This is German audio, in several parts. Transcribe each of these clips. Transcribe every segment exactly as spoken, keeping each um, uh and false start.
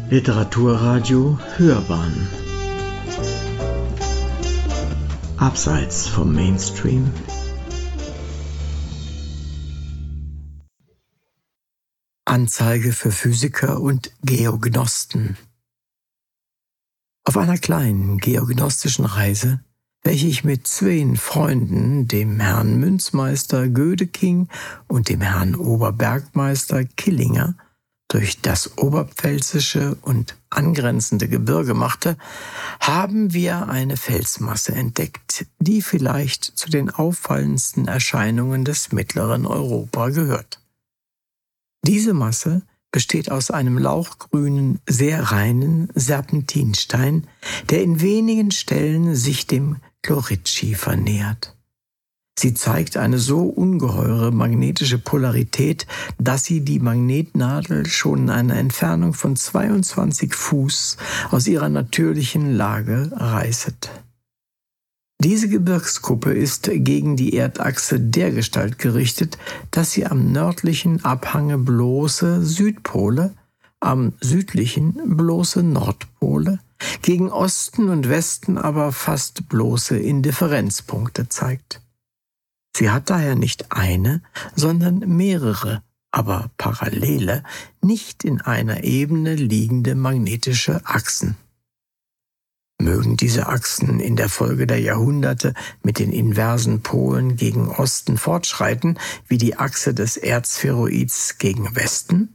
Literaturradio Hörbahn Abseits vom Mainstream. Anzeige für Physiker und Geognosten. Auf einer kleinen geognostischen Reise, welche ich mit zwei Freunden, dem Herrn Münzmeister Gödeking und dem Herrn Oberbergmeister Killinger, durch das oberpfälzische und angrenzende Gebirge machte, haben wir eine Felsmasse entdeckt, die vielleicht zu den auffallendsten Erscheinungen des mittleren Europa gehört. Diese Masse besteht aus einem lauchgrünen, sehr reinen Serpentinstein, der in wenigen Stellen sich dem Chloritschiefer nähert. Sie zeigt eine so ungeheure magnetische Polarität, dass sie die Magnetnadel schon in einer Entfernung von zweiundzwanzig Fuß aus ihrer natürlichen Lage reißet. Diese Gebirgskuppe ist gegen die Erdachse dergestalt gerichtet, dass sie am nördlichen Abhange bloße Südpole, am südlichen bloße Nordpole, gegen Osten und Westen aber fast bloße Indifferenzpunkte zeigt. Sie hat daher nicht eine, sondern mehrere, aber parallele, nicht in einer Ebene liegende magnetische Achsen. Mögen diese Achsen in der Folge der Jahrhunderte mit den inversen Polen gegen Osten fortschreiten, wie die Achse des Erzspheroids gegen Westen?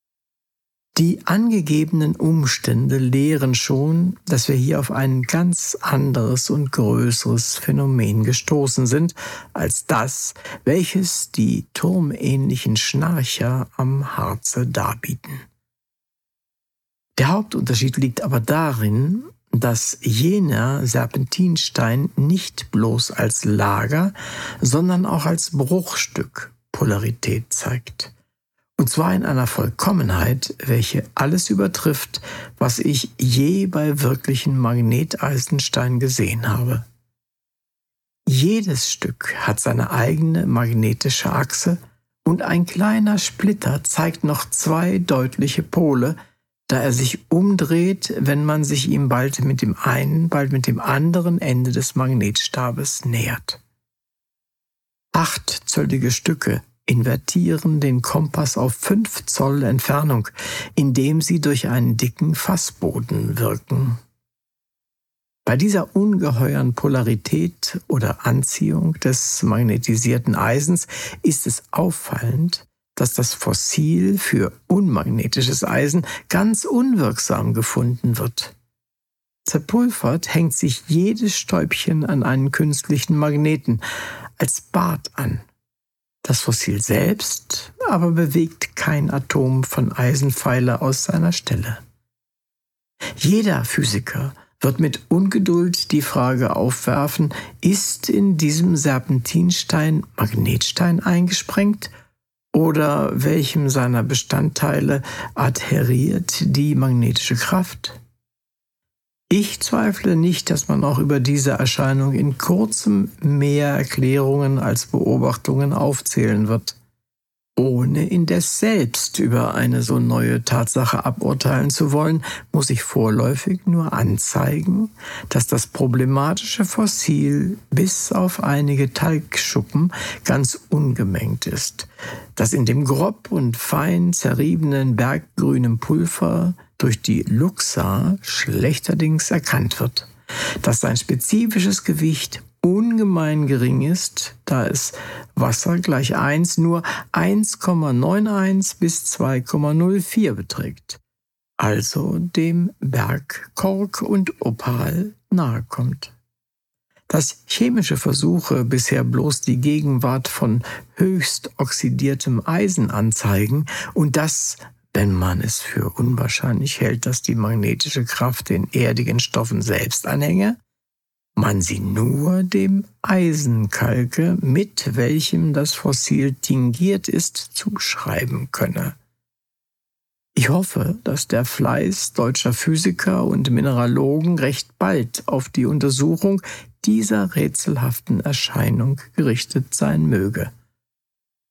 Die angegebenen Umstände lehren schon, dass wir hier auf ein ganz anderes und größeres Phänomen gestoßen sind, als das, welches die turmähnlichen Schnarcher am Harze darbieten. Der Hauptunterschied liegt aber darin, dass jener Serpentinstein nicht bloß als Lager, sondern auch als Bruchstück Polarität zeigt. Und zwar in einer Vollkommenheit, welche alles übertrifft, was ich je bei wirklichen Magneteisensteinen gesehen habe. Jedes Stück hat seine eigene magnetische Achse und ein kleiner Splitter zeigt noch zwei deutliche Pole, da er sich umdreht, wenn man sich ihm bald mit dem einen, bald mit dem anderen Ende des Magnetstabes nähert. Achtzöllige Stücke invertieren den Kompass auf fünf Zoll Entfernung, indem sie durch einen dicken Fassboden wirken. Bei dieser ungeheuren Polarität oder Anziehung des magnetisierten Eisens ist es auffallend, dass das Fossil für unmagnetisches Eisen ganz unwirksam gefunden wird. Zerpulvert hängt sich jedes Stäubchen an einen künstlichen Magneten als Bart an. Das Fossil selbst aber bewegt kein Atom von Eisenpfeiler aus seiner Stelle. Jeder Physiker wird mit Ungeduld die Frage aufwerfen, ist in diesem Serpentinstein Magnetstein eingesprengt oder welchem seiner Bestandteile adhäriert die magnetische Kraft? Ich zweifle nicht, dass man auch über diese Erscheinung in kurzem mehr Erklärungen als Beobachtungen aufzählen wird, ohne indes selbst über eine so neue Tatsache aburteilen zu wollen, muss ich vorläufig nur anzeigen, dass das problematische Fossil bis auf einige Talgschuppen ganz ungemengt ist, dass in dem grob und fein zerriebenen berggrünen Pulver durch die Luxa schlechterdings erkannt wird, dass sein spezifisches Gewicht ungemein gering ist, da es Wasser gleich eins nur eins Komma einundneunzig bis zwei Komma null vier beträgt, also dem Berg Kork und Opal nahe kommt. Dass chemische Versuche bisher bloß die Gegenwart von höchst oxidiertem Eisen anzeigen und dass, wenn man es für unwahrscheinlich hält, dass die magnetische Kraft den erdigen Stoffen selbst anhänge, man sie nur dem Eisenkalke, mit welchem das Fossil tingiert ist, zuschreiben könne. Ich hoffe, dass der Fleiß deutscher Physiker und Mineralogen recht bald auf die Untersuchung dieser rätselhaften Erscheinung gerichtet sein möge.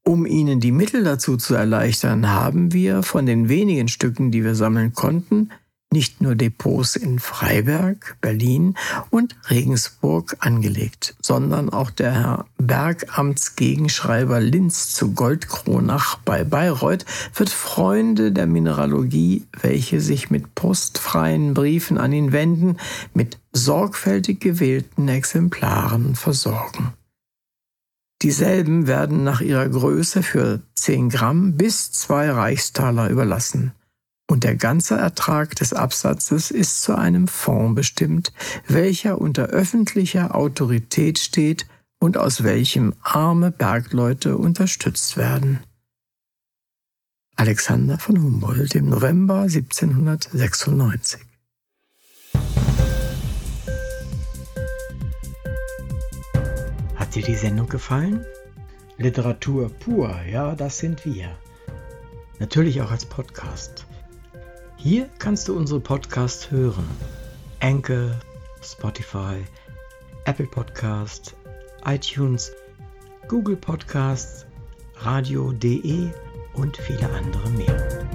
Um Ihnen die Mittel dazu zu erleichtern, haben wir von den wenigen Stücken, die wir sammeln konnten, nicht nur Depots in Freiberg, Berlin und Regensburg angelegt, sondern auch der Herr Bergamtsgegenschreiber Linz zu Goldkronach bei Bayreuth wird Freunde der Mineralogie, welche sich mit postfreien Briefen an ihn wenden, mit sorgfältig gewählten Exemplaren versorgen. Dieselben werden nach ihrer Größe für zehn Gramm bis zwei Reichstaler überlassen. Und der ganze Ertrag des Absatzes ist zu einem Fonds bestimmt, welcher unter öffentlicher Autorität steht und aus welchem arme Bergleute unterstützt werden. Alexander von Humboldt im November siebzehnhundertsechsundneunzig. Hat dir die Sendung gefallen? Literatur pur, ja, das sind wir. Natürlich auch als Podcast. Hier kannst du unsere Podcasts hören. Anchor, Spotify, Apple Podcast, iTunes, Google Podcasts, radio punkt de und viele andere mehr.